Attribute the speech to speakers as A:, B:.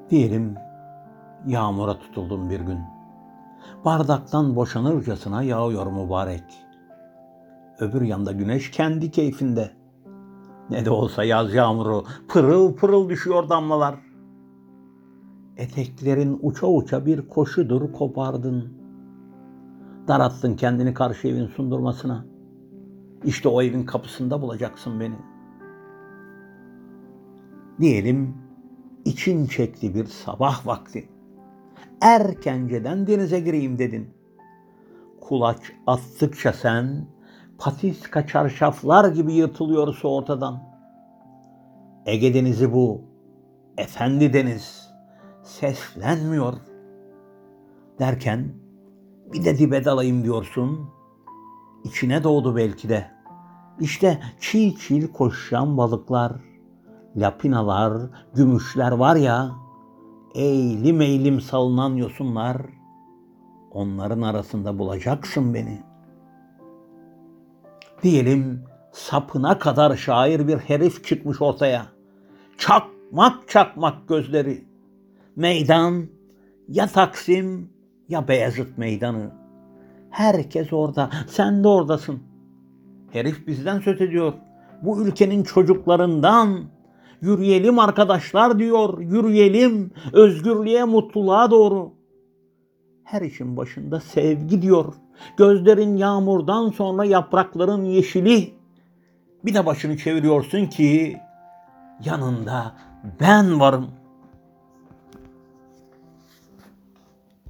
A: Diyelim yağmura tutuldum bir gün. Bardaktan boşanırcasına yağıyor mübarek. Öbür yanda güneş kendi keyfinde. Ne de olsa yaz yağmuru, pırıl pırıl düşüyor damlalar. Eteklerin uça uça bir koşudur kopardın. Darattın kendini karşı evin sundurmasına. İşte o evin kapısında bulacaksın beni. Diyelim için çekti bir sabah vakti. Erkenceden denize gireyim dedin. Kulaç attıkça sen patiska çarşaflar gibi yırtılıyorsa ortadan. Ege denizi bu, efendi deniz, seslenmiyor. Derken bir de dibe dalayım diyorsun. İçine doğdu belki de. İşte çiğ çiğ koşan balıklar, lapinalar, gümüşler var ya, eğilim eğilim salınan yosunlar, onların arasında bulacaksın beni. Diyelim sapına kadar şair bir herif çıkmış ortaya. Çakmak çakmak gözleri. Meydan ya Taksim ya Beyazıt meydanı. Herkes orada, sen de oradasın. Herif bizden söz ediyor. Bu ülkenin çocuklarından. Yürüyelim arkadaşlar diyor. Yürüyelim özgürlüğe, mutluluğa doğru. Her işin başında sevgi diyor. Gözlerin yağmurdan sonra yaprakların yeşili. Bir de başını çeviriyorsun ki yanında ben varım.